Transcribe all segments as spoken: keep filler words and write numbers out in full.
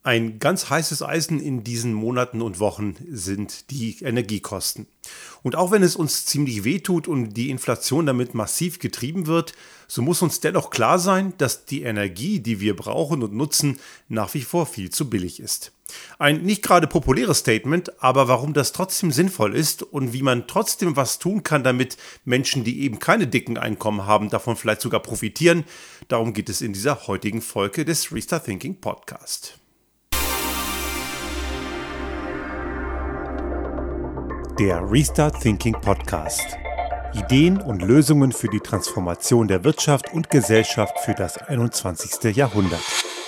Ein ganz heißes Eisen in diesen Monaten und Wochen sind die Energiekosten. Und auch wenn es uns ziemlich wehtut und die Inflation damit massiv getrieben wird, so muss uns dennoch klar sein, dass die Energie, die wir brauchen und nutzen, nach wie vor viel zu billig ist. Ein nicht gerade populäres Statement, aber warum das trotzdem sinnvoll ist und wie man trotzdem was tun kann, damit Menschen, die eben keine dicken Einkommen haben, davon vielleicht sogar profitieren, darum geht es in dieser heutigen Folge des Restart Thinking Podcast. Der Restart Thinking Podcast. Ideen und Lösungen für die Transformation der Wirtschaft und Gesellschaft für das einundzwanzigste. Jahrhundert.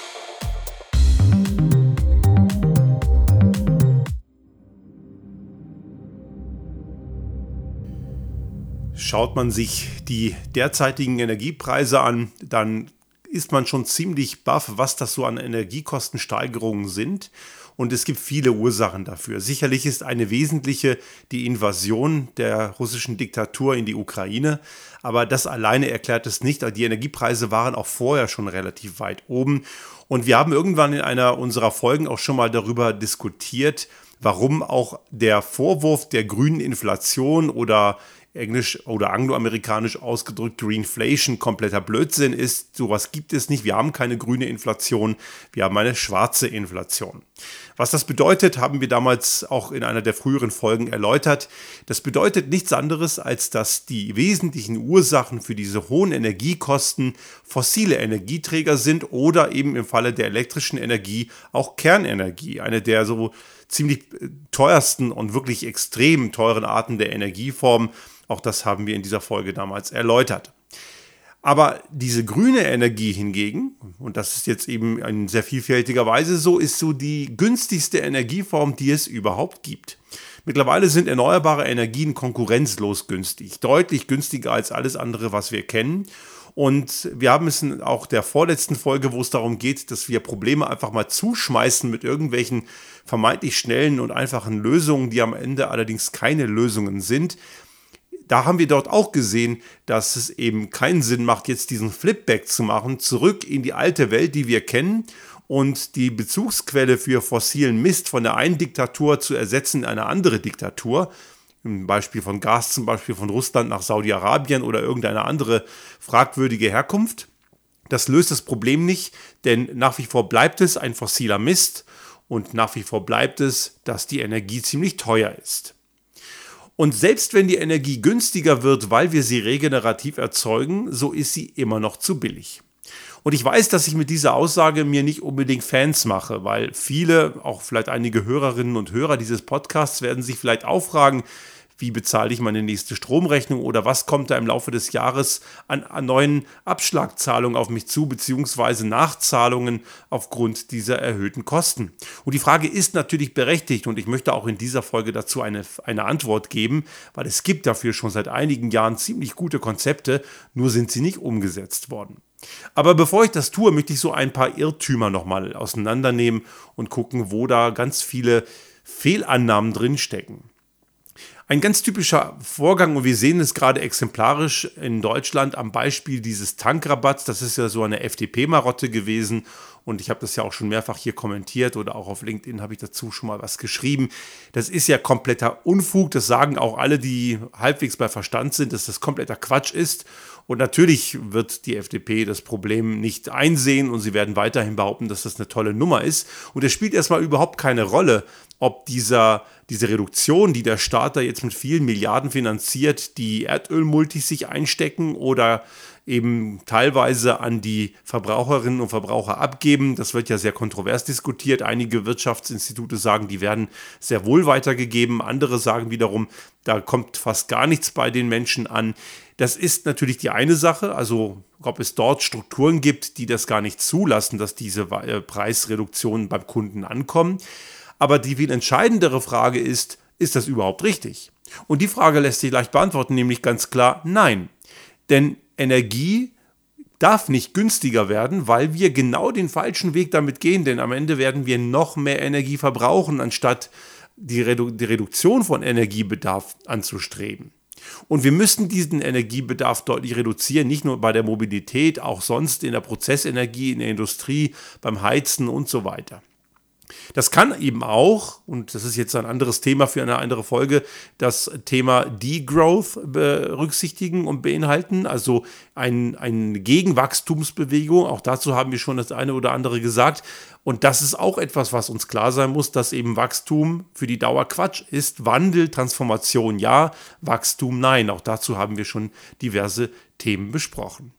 Schaut man sich die derzeitigen Energiepreise an, dann ist man schon ziemlich baff, was das so an Energiekostensteigerungen sind. Und es gibt viele Ursachen dafür. Sicherlich ist eine wesentliche die Invasion der russischen Diktatur in die Ukraine. Aber das alleine erklärt es nicht. Die Energiepreise waren auch vorher schon relativ weit oben. Und wir haben irgendwann in einer unserer Folgen auch schon mal darüber diskutiert, warum auch der Vorwurf der grünen Inflation oder englisch oder angloamerikanisch ausgedrückt Greenflation kompletter Blödsinn ist. Sowas gibt es nicht. Wir haben keine grüne Inflation, wir haben eine schwarze Inflation. Was das bedeutet, haben wir damals auch in einer der früheren Folgen erläutert. Das bedeutet nichts anderes, als dass die wesentlichen Ursachen für diese hohen Energiekosten fossile Energieträger sind oder eben im Falle der elektrischen Energie auch Kernenergie, eine der so ziemlich teuersten und wirklich extrem teuren Arten der Energieform. Auch das haben wir in dieser Folge damals erläutert. Aber diese grüne Energie hingegen, und das ist jetzt eben in sehr vielfältiger Weise so, ist so die günstigste Energieform, die es überhaupt gibt. Mittlerweile sind erneuerbare Energien konkurrenzlos günstig, deutlich günstiger als alles andere, was wir kennen. Und wir haben es in auch der vorletzten Folge, wo es darum geht, dass wir Probleme einfach mal zuschmeißen mit irgendwelchen vermeintlich schnellen und einfachen Lösungen, die am Ende allerdings keine Lösungen sind. Da haben wir dort auch gesehen, dass es eben keinen Sinn macht, jetzt diesen Flipback zu machen, zurück in die alte Welt, die wir kennen, und die Bezugsquelle für fossilen Mist von der einen Diktatur zu ersetzen in eine andere Diktatur. Im Beispiel von Gas, zum Beispiel von Russland nach Saudi-Arabien oder irgendeine andere fragwürdige Herkunft. Das löst das Problem nicht, denn nach wie vor bleibt es ein fossiler Mist und nach wie vor bleibt es, dass die Energie ziemlich teuer ist. Und selbst wenn die Energie günstiger wird, weil wir sie regenerativ erzeugen, so ist sie immer noch zu billig. Und ich weiß, dass ich mit dieser Aussage mir nicht unbedingt Fans mache, weil viele, auch vielleicht einige Hörerinnen und Hörer dieses Podcasts werden sich vielleicht auch fragen, wie bezahle ich meine nächste Stromrechnung oder was kommt da im Laufe des Jahres an, an neuen Abschlagzahlungen auf mich zu, beziehungsweise Nachzahlungen aufgrund dieser erhöhten Kosten. Und die Frage ist natürlich berechtigt und ich möchte auch in dieser Folge dazu eine, eine Antwort geben, weil es gibt dafür schon seit einigen Jahren ziemlich gute Konzepte, nur sind sie nicht umgesetzt worden. Aber bevor ich das tue, möchte ich so ein paar Irrtümer nochmal auseinandernehmen und gucken, wo da ganz viele Fehlannahmen drinstecken. Ein ganz typischer Vorgang, und wir sehen es gerade exemplarisch in Deutschland am Beispiel dieses Tankrabatts, das ist ja so eine F D P-Marotte gewesen und ich habe das ja auch schon mehrfach hier kommentiert oder auch auf LinkedIn habe ich dazu schon mal was geschrieben. Das ist ja kompletter Unfug, das sagen auch alle, die halbwegs bei Verstand sind, dass das kompletter Quatsch ist. Und natürlich wird die F D P das Problem nicht einsehen und sie werden weiterhin behaupten, dass das eine tolle Nummer ist. Und es spielt erstmal überhaupt keine Rolle, ob dieser, diese Reduktion, die der Staat da jetzt mit vielen Milliarden finanziert, die Erdölmultis sich einstecken oder eben teilweise an die Verbraucherinnen und Verbraucher abgeben. Das wird ja sehr kontrovers diskutiert. Einige Wirtschaftsinstitute sagen, die werden sehr wohl weitergegeben. Andere sagen wiederum, da kommt fast gar nichts bei den Menschen an. Das ist natürlich die eine Sache, also ob es dort Strukturen gibt, die das gar nicht zulassen, dass diese Preisreduktionen beim Kunden ankommen. Aber die viel entscheidendere Frage ist, ist das überhaupt richtig? Und die Frage lässt sich leicht beantworten, nämlich ganz klar nein. Denn Energie darf nicht günstiger werden, weil wir genau den falschen Weg damit gehen, denn am Ende werden wir noch mehr Energie verbrauchen, anstatt die, Redu- die Reduktion von Energiebedarf anzustreben. Und wir müssen diesen Energiebedarf deutlich reduzieren, nicht nur bei der Mobilität, auch sonst in der Prozessenergie, in der Industrie, beim Heizen und so weiter. Das kann eben auch, und das ist jetzt ein anderes Thema für eine andere Folge, das Thema Degrowth berücksichtigen und beinhalten, also ein, eine Gegenwachstumsbewegung. Auch dazu haben wir schon das eine oder andere gesagt. Und das ist auch etwas, was uns klar sein muss, dass eben Wachstum für die Dauer Quatsch ist. Wandel, Transformation ja, Wachstum nein. Auch dazu haben wir schon diverse Themen besprochen.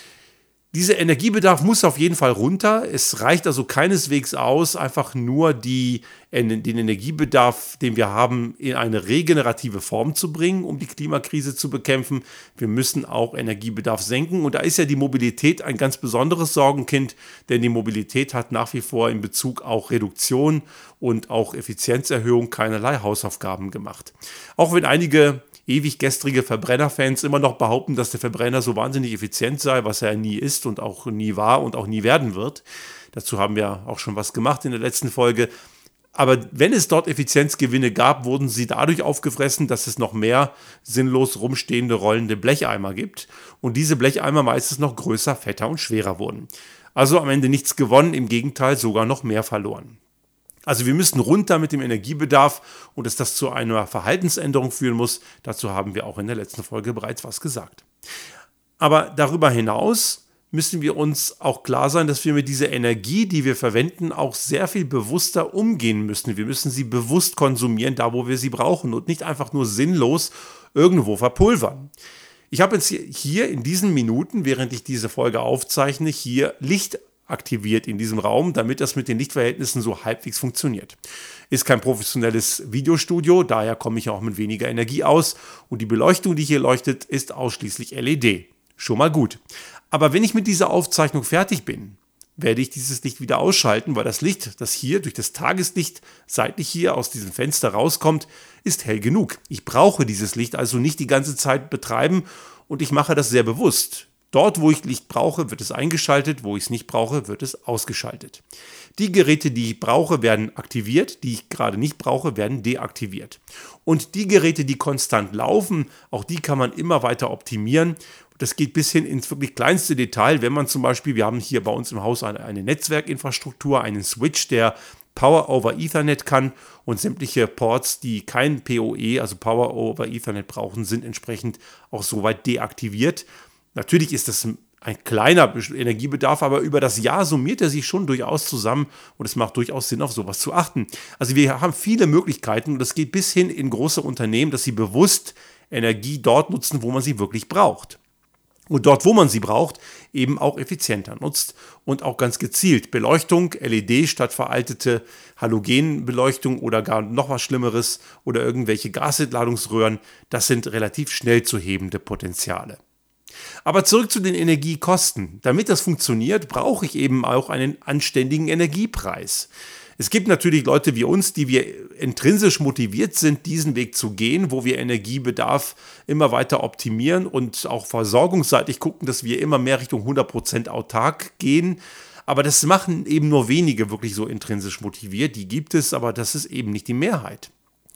Dieser Energiebedarf muss auf jeden Fall runter. Es reicht also keineswegs aus, einfach nur die, den Energiebedarf, den wir haben, in eine regenerative Form zu bringen, um die Klimakrise zu bekämpfen. Wir müssen auch Energiebedarf senken. Und da ist ja die Mobilität ein ganz besonderes Sorgenkind, denn die Mobilität hat nach wie vor in Bezug auf Reduktion und auch Effizienzerhöhung keinerlei Hausaufgaben gemacht. Auch wenn einige ewig gestrige Verbrennerfans immer noch behaupten, dass der Verbrenner so wahnsinnig effizient sei, was er nie ist und auch nie war und auch nie werden wird. Dazu haben wir auch schon was gemacht in der letzten Folge. Aber wenn es dort Effizienzgewinne gab, wurden sie dadurch aufgefressen, dass es noch mehr sinnlos rumstehende rollende Blecheimer gibt und diese Blecheimer meistens noch größer, fetter und schwerer wurden. Also am Ende nichts gewonnen, im Gegenteil sogar noch mehr verloren. Also wir müssen runter mit dem Energiebedarf und dass das zu einer Verhaltensänderung führen muss, dazu haben wir auch in der letzten Folge bereits was gesagt. Aber darüber hinaus müssen wir uns auch klar sein, dass wir mit dieser Energie, die wir verwenden, auch sehr viel bewusster umgehen müssen. Wir müssen sie bewusst konsumieren, da wo wir sie brauchen und nicht einfach nur sinnlos irgendwo verpulvern. Ich habe jetzt hier in diesen Minuten, während ich diese Folge aufzeichne, hier Licht aktiviert in diesem Raum, damit das mit den Lichtverhältnissen so halbwegs funktioniert. Ist kein professionelles Videostudio, daher komme ich auch mit weniger Energie aus und die Beleuchtung, die hier leuchtet, ist ausschließlich L E D. Schon mal gut. Aber wenn ich mit dieser Aufzeichnung fertig bin, werde ich dieses Licht wieder ausschalten, weil das Licht, das hier durch das Tageslicht seitlich hier aus diesem Fenster rauskommt, ist hell genug. Ich brauche dieses Licht also nicht die ganze Zeit betreiben und ich mache das sehr bewusst. Dort, wo ich Licht brauche, wird es eingeschaltet, wo ich es nicht brauche, wird es ausgeschaltet. Die Geräte, die ich brauche, werden aktiviert, die ich gerade nicht brauche, werden deaktiviert. Und die Geräte, die konstant laufen, auch die kann man immer weiter optimieren. Das geht bis hin ins wirklich kleinste Detail, wenn man zum Beispiel, wir haben hier bei uns im Haus eine, eine Netzwerkinfrastruktur, einen Switch, der Power over Ethernet kann und sämtliche Ports, die kein P O E, also Power over Ethernet brauchen, sind entsprechend auch soweit deaktiviert. Natürlich ist das ein kleiner Energiebedarf, aber über das Jahr summiert er sich schon durchaus zusammen und es macht durchaus Sinn, auf sowas zu achten. Also wir haben viele Möglichkeiten und das geht bis hin in große Unternehmen, dass sie bewusst Energie dort nutzen, wo man sie wirklich braucht. Und dort, wo man sie braucht, eben auch effizienter nutzt und auch ganz gezielt. Beleuchtung, L E D statt veraltete Halogenbeleuchtung oder gar noch was Schlimmeres oder irgendwelche Gasentladungsröhren, das sind relativ schnell zu hebende Potenziale. Aber zurück zu den Energiekosten. Damit das funktioniert, brauche ich eben auch einen anständigen Energiepreis. Es gibt natürlich Leute wie uns, die wir intrinsisch motiviert sind, diesen Weg zu gehen, wo wir Energiebedarf immer weiter optimieren und auch versorgungsseitig gucken, dass wir immer mehr Richtung hundert Prozent autark gehen. Aber das machen eben nur wenige wirklich so intrinsisch motiviert. Die gibt es, aber das ist eben nicht die Mehrheit.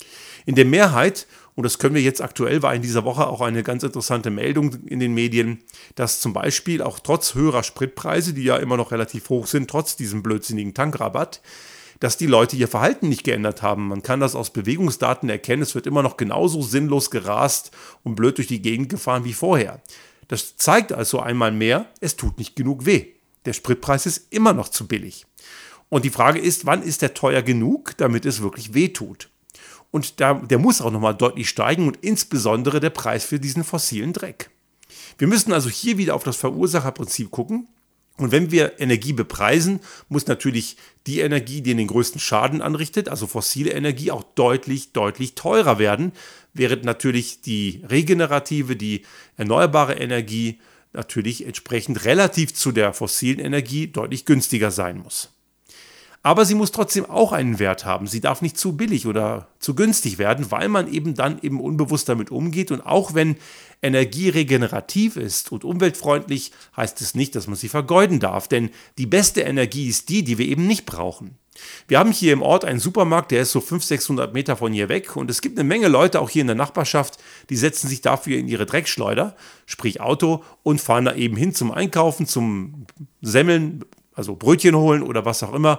In der Mehrheit, und das können wir jetzt aktuell, war in dieser Woche auch eine ganz interessante Meldung in den Medien, dass zum Beispiel auch trotz höherer Spritpreise, die ja immer noch relativ hoch sind, trotz diesem blödsinnigen Tankrabatt, dass die Leute ihr Verhalten nicht geändert haben. Man kann das aus Bewegungsdaten erkennen, es wird immer noch genauso sinnlos gerast und blöd durch die Gegend gefahren wie vorher. Das zeigt also einmal mehr, es tut nicht genug weh. Der Spritpreis ist immer noch zu billig. Und die Frage ist, wann ist der teuer genug, damit es wirklich weh tut? Und da, der muss auch nochmal deutlich steigen und insbesondere der Preis für diesen fossilen Dreck. Wir müssen also hier wieder auf das Verursacherprinzip gucken. Und wenn wir Energie bepreisen, muss natürlich die Energie, die den größten Schaden anrichtet, also fossile Energie, auch deutlich, deutlich teurer werden, während natürlich die regenerative, die erneuerbare Energie natürlich entsprechend relativ zu der fossilen Energie deutlich günstiger sein muss. Aber sie muss trotzdem auch einen Wert haben. Sie darf nicht zu billig oder zu günstig werden, weil man eben dann eben unbewusst damit umgeht. Und auch wenn Energie regenerativ ist und umweltfreundlich, heißt es nicht, dass man sie vergeuden darf. Denn die beste Energie ist die, die wir eben nicht brauchen. Wir haben hier im Ort einen Supermarkt, der ist so fünfhundert, sechshundert Meter von hier weg. Und es gibt eine Menge Leute, auch hier in der Nachbarschaft, die setzen sich dafür in ihre Dreckschleuder, sprich Auto, und fahren da eben hin zum Einkaufen, zum Semmeln, also Brötchen holen oder was auch immer.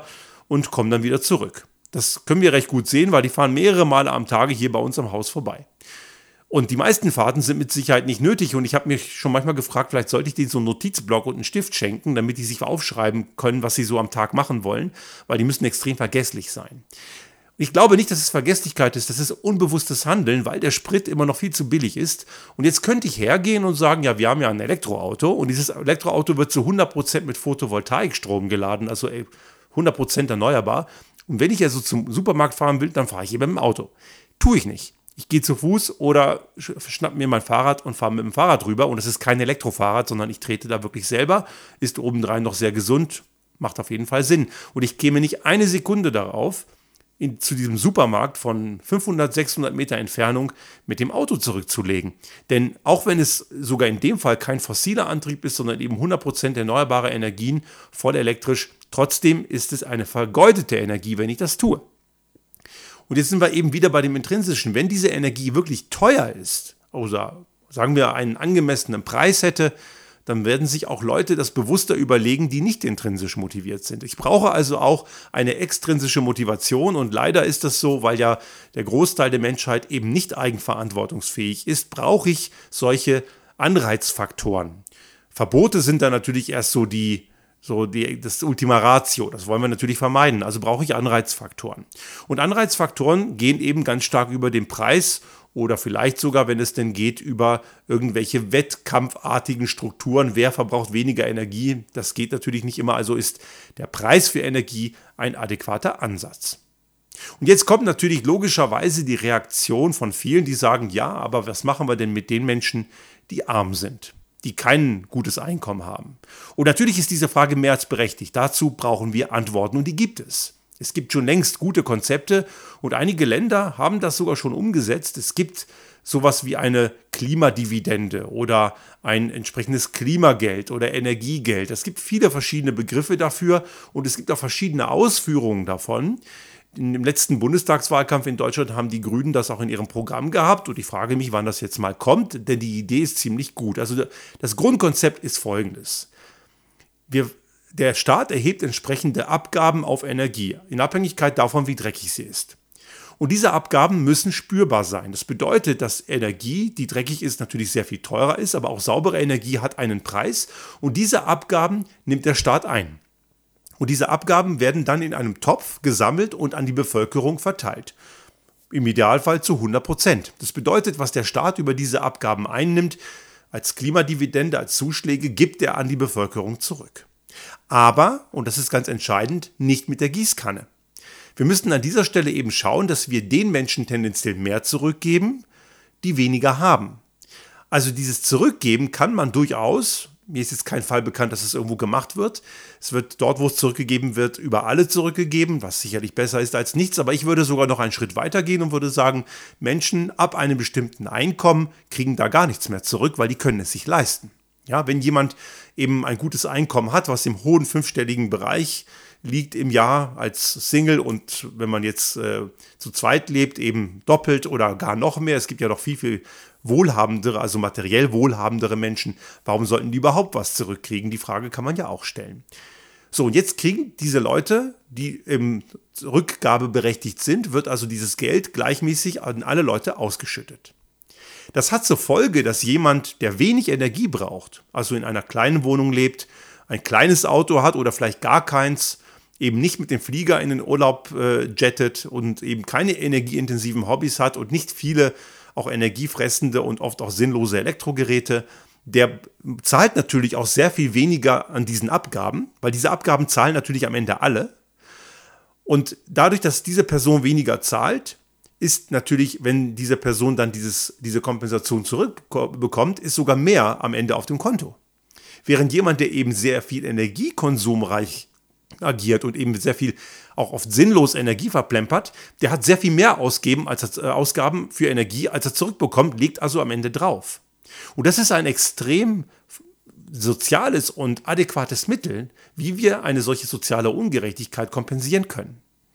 und kommen dann wieder zurück. Das können wir recht gut sehen, weil die fahren mehrere Male am Tage hier bei uns am Haus vorbei. Und die meisten Fahrten sind mit Sicherheit nicht nötig und ich habe mich schon manchmal gefragt, vielleicht sollte ich denen so einen Notizblock und einen Stift schenken, damit die sich aufschreiben können, was sie so am Tag machen wollen, weil die müssen extrem vergesslich sein. Ich glaube nicht, dass es Vergesslichkeit ist, das ist unbewusstes Handeln, weil der Sprit immer noch viel zu billig ist. Und jetzt könnte ich hergehen und sagen, ja, wir haben ja ein Elektroauto und dieses Elektroauto wird zu hundert Prozent mit Photovoltaikstrom geladen, also hundert Prozent erneuerbar. Und wenn ich also zum Supermarkt fahren will, dann fahre ich eben mit dem Auto. Tue ich nicht. Ich gehe zu Fuß oder schnappe mir mein Fahrrad und fahre mit dem Fahrrad rüber. Und es ist kein Elektrofahrrad, sondern ich trete da wirklich selber. Ist obendrein noch sehr gesund, macht auf jeden Fall Sinn. Und ich käme nicht eine Sekunde darauf, in, zu diesem Supermarkt von fünfhundert, sechshundert Meter Entfernung mit dem Auto zurückzulegen. Denn auch wenn es sogar in dem Fall kein fossiler Antrieb ist, sondern eben hundert Prozent erneuerbare Energien, voll elektrisch, trotzdem ist es eine vergeudete Energie, wenn ich das tue. Und jetzt sind wir eben wieder bei dem Intrinsischen. Wenn diese Energie wirklich teuer ist, oder sagen wir einen angemessenen Preis hätte, dann werden sich auch Leute das bewusster überlegen, die nicht intrinsisch motiviert sind. Ich brauche also auch eine extrinsische Motivation und leider ist das so, weil ja der Großteil der Menschheit eben nicht eigenverantwortungsfähig ist, brauche ich solche Anreizfaktoren. Verbote sind dann natürlich erst so die So die, das Ultima Ratio, das wollen wir natürlich vermeiden. Also brauche ich Anreizfaktoren. Und Anreizfaktoren gehen eben ganz stark über den Preis oder vielleicht sogar, wenn es denn geht, über irgendwelche wettkampfartigen Strukturen. Wer verbraucht weniger Energie? Das geht natürlich nicht immer. Also ist der Preis für Energie ein adäquater Ansatz. Und jetzt kommt natürlich logischerweise die Reaktion von vielen, die sagen, ja, aber was machen wir denn mit den Menschen, die arm sind, die kein gutes Einkommen haben? Und natürlich ist diese Frage mehr als berechtigt. Dazu brauchen wir Antworten und die gibt es. Es gibt schon längst gute Konzepte und einige Länder haben das sogar schon umgesetzt. Es gibt sowas wie eine Klimadividende oder ein entsprechendes Klimageld oder Energiegeld. Es gibt viele verschiedene Begriffe dafür und es gibt auch verschiedene Ausführungen davon. Im letzten Bundestagswahlkampf in Deutschland haben die Grünen das auch in ihrem Programm gehabt und ich frage mich, wann das jetzt mal kommt, denn die Idee ist ziemlich gut. Also das Grundkonzept ist folgendes. Wir, der Staat erhebt entsprechende Abgaben auf Energie, in Abhängigkeit davon, wie dreckig sie ist. Und diese Abgaben müssen spürbar sein. Das bedeutet, dass Energie, die dreckig ist, natürlich sehr viel teurer ist, aber auch saubere Energie hat einen Preis und diese Abgaben nimmt der Staat ein. Und diese Abgaben werden dann in einem Topf gesammelt und an die Bevölkerung verteilt. Im Idealfall zu hundert Prozent. Das bedeutet, was der Staat über diese Abgaben einnimmt, als Klimadividende, als Zuschläge, gibt er an die Bevölkerung zurück. Aber, und das ist ganz entscheidend, nicht mit der Gießkanne. Wir müssen an dieser Stelle eben schauen, dass wir den Menschen tendenziell mehr zurückgeben, die weniger haben. Also dieses Zurückgeben kann man durchaus, mir ist jetzt kein Fall bekannt, dass es irgendwo gemacht wird. Es wird dort, wo es zurückgegeben wird, über alle zurückgegeben, was sicherlich besser ist als nichts. Aber ich würde sogar noch einen Schritt weiter gehen und würde sagen, Menschen ab einem bestimmten Einkommen kriegen da gar nichts mehr zurück, weil die können es sich leisten. Ja, wenn jemand eben ein gutes Einkommen hat, was im hohen fünfstelligen Bereich liegt im Jahr als Single und wenn man jetzt äh, zu zweit lebt, eben doppelt oder gar noch mehr. Es gibt ja noch viel, viel wohlhabendere, also materiell wohlhabendere Menschen. Warum sollten die überhaupt was zurückkriegen? Die Frage kann man ja auch stellen. So, und jetzt kriegen diese Leute, die ähm, rückgabeberechtigt sind, wird also dieses Geld gleichmäßig an alle Leute ausgeschüttet. Das hat zur Folge, dass jemand, der wenig Energie braucht, also in einer kleinen Wohnung lebt, ein kleines Auto hat oder vielleicht gar keins, eben nicht mit dem Flieger in den Urlaub äh, jettet und eben keine energieintensiven Hobbys hat und nicht viele auch energiefressende und oft auch sinnlose Elektrogeräte, der zahlt natürlich auch sehr viel weniger an diesen Abgaben, weil diese Abgaben zahlen natürlich am Ende alle. Und dadurch, dass diese Person weniger zahlt, ist natürlich, wenn diese Person dann dieses, diese Kompensation zurückbekommt, ist sogar mehr am Ende auf dem Konto. Während jemand, der eben sehr viel energiekonsumreich agiert und eben sehr viel auch oft sinnlos Energie verplempert, der hat sehr viel mehr ausgeben als er, äh, Ausgaben für Energie, als er zurückbekommt, legt also am Ende drauf. Und das ist ein extrem soziales und adäquates Mittel, wie wir eine solche soziale Ungerechtigkeit kompensieren können.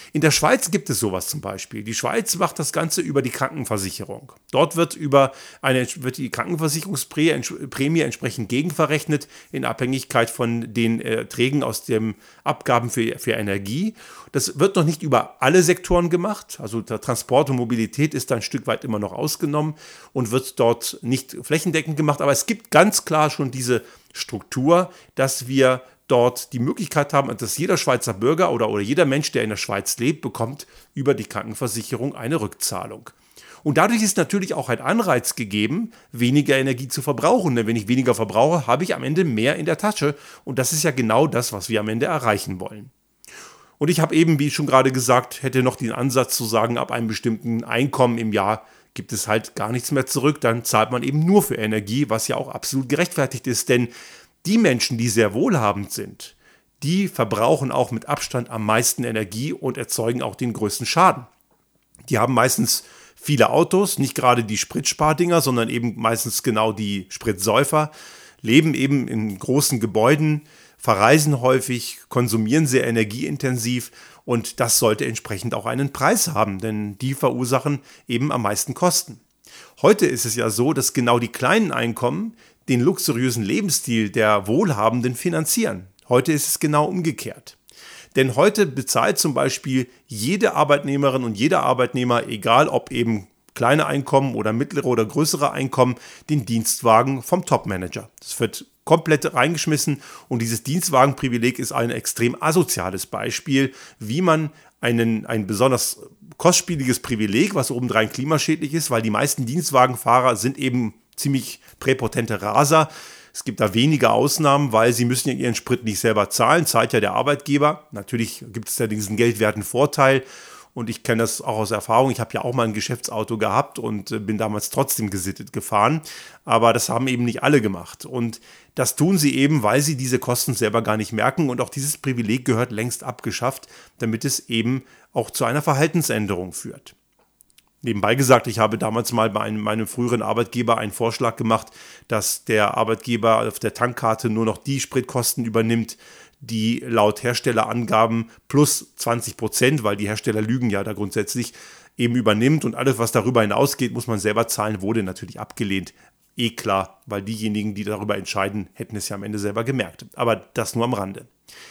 In der Schweiz gibt es sowas zum Beispiel. Die Schweiz macht das Ganze über die Krankenversicherung. Dort wird, über eine, wird die Krankenversicherungsprämie entsprechend gegenverrechnet in Abhängigkeit von den Erträgen aus den Abgaben für, für Energie. Das wird noch nicht über alle Sektoren gemacht. Also der Transport und Mobilität ist da ein Stück weit immer noch ausgenommen und wird dort nicht flächendeckend gemacht. Aber es gibt ganz klar schon diese Struktur, dass wir dort die Möglichkeit haben, dass jeder Schweizer Bürger oder, oder jeder Mensch, der in der Schweiz lebt, bekommt über die Krankenversicherung eine Rückzahlung. Und dadurch ist natürlich auch ein Anreiz gegeben, weniger Energie zu verbrauchen. Denn wenn ich weniger verbrauche, habe ich am Ende mehr in der Tasche. Und das ist ja genau das, was wir am Ende erreichen wollen. Und ich habe eben, wie schon gerade gesagt, hätte noch den Ansatz zu sagen, ab einem bestimmten Einkommen im Jahr gibt es halt gar nichts mehr zurück. Dann zahlt man eben nur für Energie, was ja auch absolut gerechtfertigt ist. Denn die Menschen, die sehr wohlhabend sind, die verbrauchen auch mit Abstand am meisten Energie und erzeugen auch den größten Schaden. Die haben meistens viele Autos, nicht gerade die Spritspardinger, sondern eben meistens genau die Spritsäufer, leben eben in großen Gebäuden, verreisen häufig, konsumieren sehr energieintensiv und das sollte entsprechend auch einen Preis haben, denn die verursachen eben am meisten Kosten. Heute ist es ja so, dass genau die kleinen Einkommen den luxuriösen Lebensstil der Wohlhabenden finanzieren. Heute ist es genau umgekehrt. Denn heute bezahlt zum Beispiel jede Arbeitnehmerin und jeder Arbeitnehmer, egal ob eben kleine Einkommen oder mittlere oder größere Einkommen, den Dienstwagen vom Topmanager. Das wird komplett reingeschmissen und dieses Dienstwagenprivileg ist ein extrem asoziales Beispiel, wie man einen, ein besonders kostspieliges Privileg, was obendrein klimaschädlich ist, weil die meisten Dienstwagenfahrer sind eben ziemlich präpotente Raser. Es gibt da wenige Ausnahmen, weil sie müssen ja ihren Sprit nicht selber zahlen, zahlt ja der Arbeitgeber. Natürlich gibt es da diesen geldwerten Vorteil und ich kenne das auch aus Erfahrung. Ich habe ja auch mal ein Geschäftsauto gehabt und bin damals trotzdem gesittet gefahren, aber das haben eben nicht alle gemacht und das tun sie eben, weil sie diese Kosten selber gar nicht merken und auch dieses Privileg gehört längst abgeschafft, damit es eben auch zu einer Verhaltensänderung führt. Nebenbei gesagt, ich habe damals mal bei einem, meinem früheren Arbeitgeber einen Vorschlag gemacht, dass der Arbeitgeber auf der Tankkarte nur noch die Spritkosten übernimmt, die laut Herstellerangaben plus zwanzig Prozent, weil die Hersteller lügen ja da grundsätzlich, eben übernimmt und alles, was darüber hinausgeht, muss man selber zahlen, wurde natürlich abgelehnt. Eh klar, weil diejenigen, die darüber entscheiden, hätten es ja am Ende selber gemerkt. Aber das nur am Rande.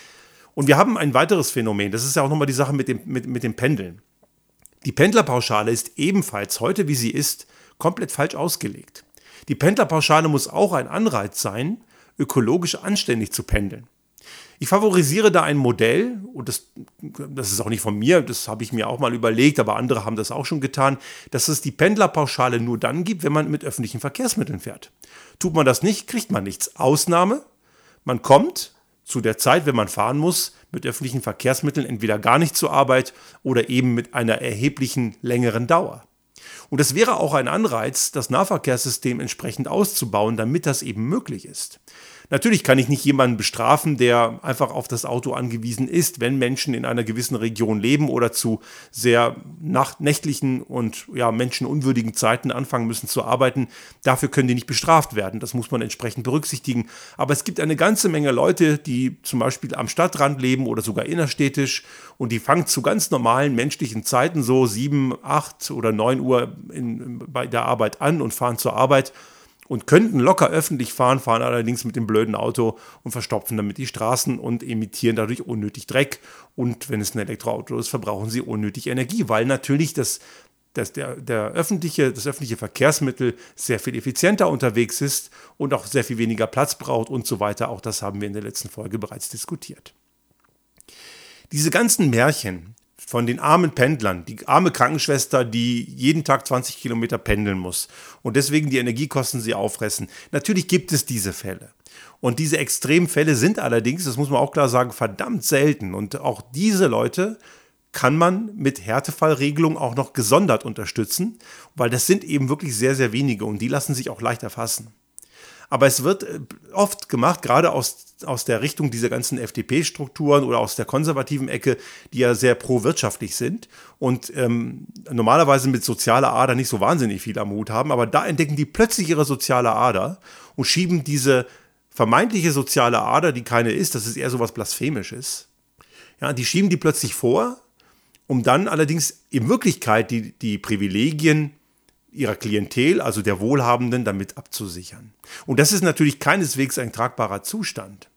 Und wir haben ein weiteres Phänomen, das ist ja auch nochmal die Sache mit dem, mit, mit dem Pendeln. Die Pendlerpauschale ist ebenfalls heute, wie sie ist, komplett falsch ausgelegt. Die Pendlerpauschale muss auch ein Anreiz sein, ökologisch anständig zu pendeln. Ich favorisiere da ein Modell, und das, das ist auch nicht von mir, das habe ich mir auch mal überlegt, aber andere haben das auch schon getan, dass es die Pendlerpauschale nur dann gibt, wenn man mit öffentlichen Verkehrsmitteln fährt. Tut man das nicht, kriegt man nichts. Ausnahme, man kommt zu der Zeit, wenn man fahren muss, mit öffentlichen Verkehrsmitteln entweder gar nicht zur Arbeit oder eben mit einer erheblichen längeren Dauer. Und es wäre auch ein Anreiz, das Nahverkehrssystem entsprechend auszubauen, damit das eben möglich ist. Natürlich kann ich nicht jemanden bestrafen, der einfach auf das Auto angewiesen ist, wenn Menschen in einer gewissen Region leben oder zu sehr nacht- nächtlichen und ja, menschenunwürdigen Zeiten anfangen müssen zu arbeiten. Dafür können die nicht bestraft werden. Das muss man entsprechend berücksichtigen. Aber es gibt eine ganze Menge Leute, die zum Beispiel am Stadtrand leben oder sogar innerstädtisch und die fangen zu ganz normalen menschlichen Zeiten, so sieben, acht oder neun Uhr in, bei der Arbeit an und fahren zur Arbeit. Und könnten locker öffentlich fahren, fahren allerdings mit dem blöden Auto und verstopfen damit die Straßen und emittieren dadurch unnötig Dreck. Und wenn es ein Elektroauto ist, verbrauchen sie unnötig Energie, weil natürlich das, das, der, der öffentliche, das öffentliche Verkehrsmittel sehr viel effizienter unterwegs ist und auch sehr viel weniger Platz braucht und so weiter. Auch das haben wir in der letzten Folge bereits diskutiert. Diese ganzen Märchen von den armen Pendlern, die arme Krankenschwester, die jeden Tag zwanzig Kilometer pendeln muss und deswegen die Energiekosten sie auffressen. Natürlich gibt es diese Fälle. Und diese Extremfälle sind allerdings, das muss man auch klar sagen, verdammt selten. Und auch diese Leute kann man mit Härtefallregelung auch noch gesondert unterstützen, weil das sind eben wirklich sehr, sehr wenige und die lassen sich auch leicht erfassen. Aber es wird oft gemacht, gerade aus, aus der Richtung dieser ganzen F D P-Strukturen oder aus der konservativen Ecke, die ja sehr pro-wirtschaftlich sind und ähm, normalerweise mit sozialer Ader nicht so wahnsinnig viel am Hut haben. Aber da entdecken die plötzlich ihre soziale Ader und schieben diese vermeintliche soziale Ader, die keine ist, das ist eher so was Blasphemisches, ja, die schieben die plötzlich vor um dann allerdings in Wirklichkeit die, die Privilegien ihrer Klientel, also der Wohlhabenden, damit abzusichern. Und das ist natürlich keineswegs ein tragbarer Zustand.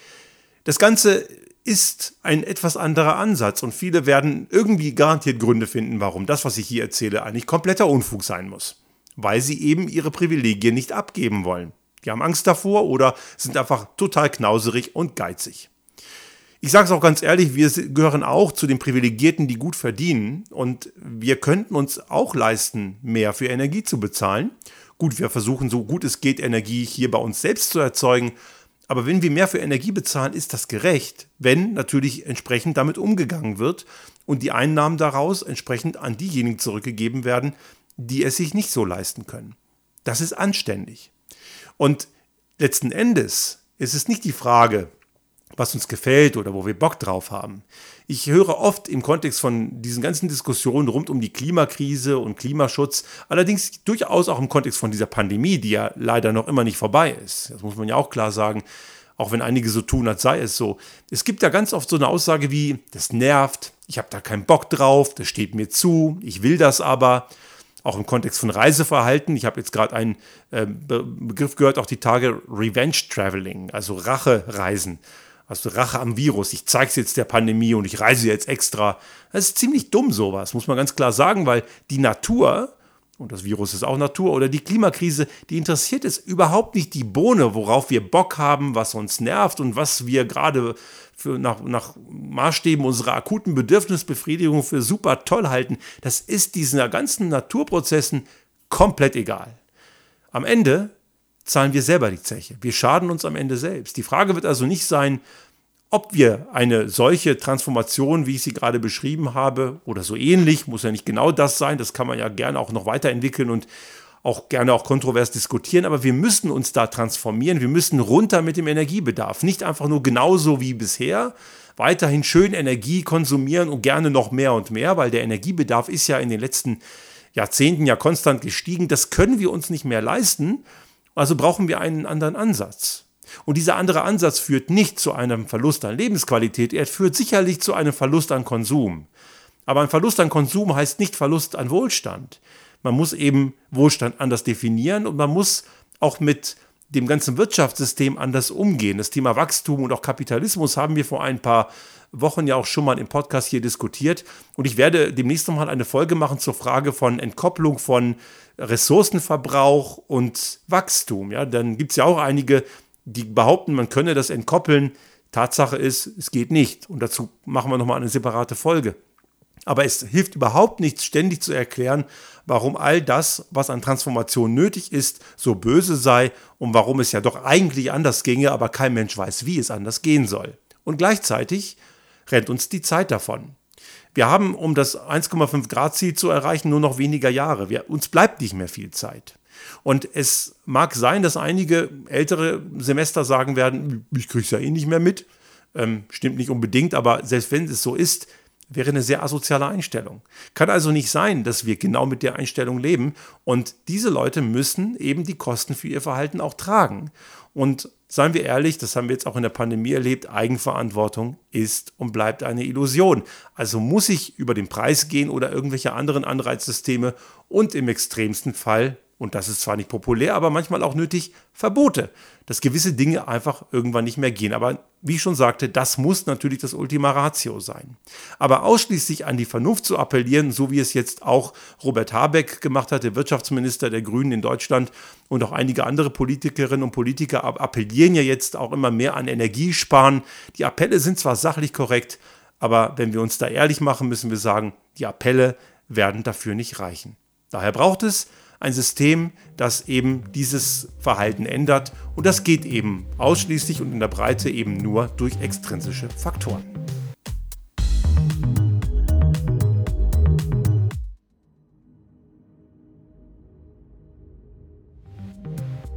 Das Ganze ist ein etwas anderer Ansatz und viele werden irgendwie garantiert Gründe finden, warum das, was ich hier erzähle, eigentlich kompletter Unfug sein muss. Weil sie eben ihre Privilegien nicht abgeben wollen. Die haben Angst davor oder sind einfach total knauserig und geizig. Ich sage es auch ganz ehrlich, wir gehören auch zu den Privilegierten, die gut verdienen und wir könnten uns auch leisten, mehr für Energie zu bezahlen. Gut, wir versuchen so gut es geht, Energie hier bei uns selbst zu erzeugen, aber wenn wir mehr für Energie bezahlen, ist das gerecht, wenn natürlich entsprechend damit umgegangen wird und die Einnahmen daraus entsprechend an diejenigen zurückgegeben werden, die es sich nicht so leisten können. Das ist anständig. Und letzten Endes ist es nicht die Frage, was uns gefällt oder wo wir Bock drauf haben. Ich höre oft im Kontext von diesen ganzen Diskussionen rund um die Klimakrise und Klimaschutz, allerdings durchaus auch im Kontext von dieser Pandemie, die ja leider noch immer nicht vorbei ist. Das muss man ja auch klar sagen, auch wenn einige so tun, als sei es so. Es gibt ja ganz oft so eine Aussage wie, das nervt, ich habe da keinen Bock drauf, das steht mir zu, ich will das aber. Auch im Kontext von Reiseverhalten. Ich habe jetzt gerade einen äh, Be- Begriff gehört, auch die Tage Revenge Traveling, also Rachereisen. Also Rache am Virus. Ich zeige es jetzt der Pandemie und ich reise jetzt extra. Das ist ziemlich dumm sowas, muss man ganz klar sagen, weil die Natur, und das Virus ist auch Natur, oder die Klimakrise, die interessiert es überhaupt nicht die Bohne, worauf wir Bock haben, was uns nervt und was wir gerade für nach, nach Maßstäben unserer akuten Bedürfnisbefriedigung für super toll halten. Das ist diesen ganzen Naturprozessen komplett egal. Am Ende zahlen wir selber die Zeche. Wir schaden uns am Ende selbst. Die Frage wird also nicht sein, ob wir eine solche Transformation, wie ich sie gerade beschrieben habe, oder so ähnlich, muss ja nicht genau das sein, das kann man ja gerne auch noch weiterentwickeln und auch gerne auch kontrovers diskutieren, aber wir müssen uns da transformieren, wir müssen runter mit dem Energiebedarf. Nicht einfach nur genauso wie bisher, weiterhin schön Energie konsumieren und gerne noch mehr und mehr, weil der Energiebedarf ist ja in den letzten Jahrzehnten ja konstant gestiegen. Das können wir uns nicht mehr leisten. Also brauchen wir einen anderen Ansatz. Und dieser andere Ansatz führt nicht zu einem Verlust an Lebensqualität, er führt sicherlich zu einem Verlust an Konsum. Aber ein Verlust an Konsum heißt nicht Verlust an Wohlstand. Man muss eben Wohlstand anders definieren und man muss auch mit dem ganzen Wirtschaftssystem anders umgehen. Das Thema Wachstum und auch Kapitalismus haben wir vor ein paar Wochen ja auch schon mal im Podcast hier diskutiert. Und ich werde demnächst nochmal eine Folge machen zur Frage von Entkopplung von Ressourcenverbrauch und Wachstum. Ja, dann gibt es ja auch einige, die behaupten, man könne das entkoppeln. Tatsache ist, es geht nicht. Und dazu machen wir nochmal eine separate Folge. Aber es hilft überhaupt nichts, ständig zu erklären, warum all das, was an Transformation nötig ist, so böse sei und warum es ja doch eigentlich anders ginge, aber kein Mensch weiß, wie es anders gehen soll. Und gleichzeitig rennt uns die Zeit davon. Wir haben, um das eins Komma fünf Grad Ziel zu erreichen, nur noch weniger Jahre. Wir, uns bleibt nicht mehr viel Zeit. Und es mag sein, dass einige ältere Semester sagen werden, ich kriege es ja eh nicht mehr mit. Ähm, stimmt nicht unbedingt, aber selbst wenn es so ist, wäre eine sehr asoziale Einstellung. Kann also nicht sein, dass wir genau mit der Einstellung leben. Und diese Leute müssen eben die Kosten für ihr Verhalten auch tragen. Und seien wir ehrlich, das haben wir jetzt auch in der Pandemie erlebt, Eigenverantwortung ist und bleibt eine Illusion. Also muss ich über den Preis gehen oder irgendwelche anderen Anreizsysteme und im extremsten Fall, und das ist zwar nicht populär, aber manchmal auch nötig, Verbote, dass gewisse Dinge einfach irgendwann nicht mehr gehen. Aber wie ich schon sagte, das muss natürlich das Ultima Ratio sein. Aber ausschließlich an die Vernunft zu appellieren, so wie es jetzt auch Robert Habeck gemacht hat, der Wirtschaftsminister der Grünen in Deutschland, und auch einige andere Politikerinnen und Politiker appellieren ja jetzt auch immer mehr an Energiesparen. Die Appelle sind zwar sachlich korrekt, aber wenn wir uns da ehrlich machen, müssen wir sagen, die Appelle werden dafür nicht reichen. Daher braucht es ein System, das eben dieses Verhalten ändert. Und das geht eben ausschließlich und in der Breite eben nur durch extrinsische Faktoren.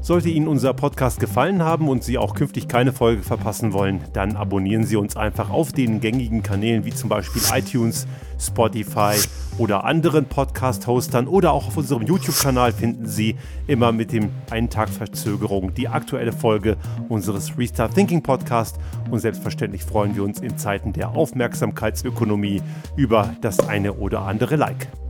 Sollte Ihnen unser Podcast gefallen haben und Sie auch künftig keine Folge verpassen wollen, dann abonnieren Sie uns einfach auf den gängigen Kanälen wie zum Beispiel iTunes, Spotify oder anderen Podcast-Hostern oder auch auf unserem YouTube-Kanal finden Sie immer mit dem einen Tag Verzögerung die aktuelle Folge unseres Restart Thinking Podcast und selbstverständlich freuen wir uns in Zeiten der Aufmerksamkeitsökonomie über das eine oder andere Like.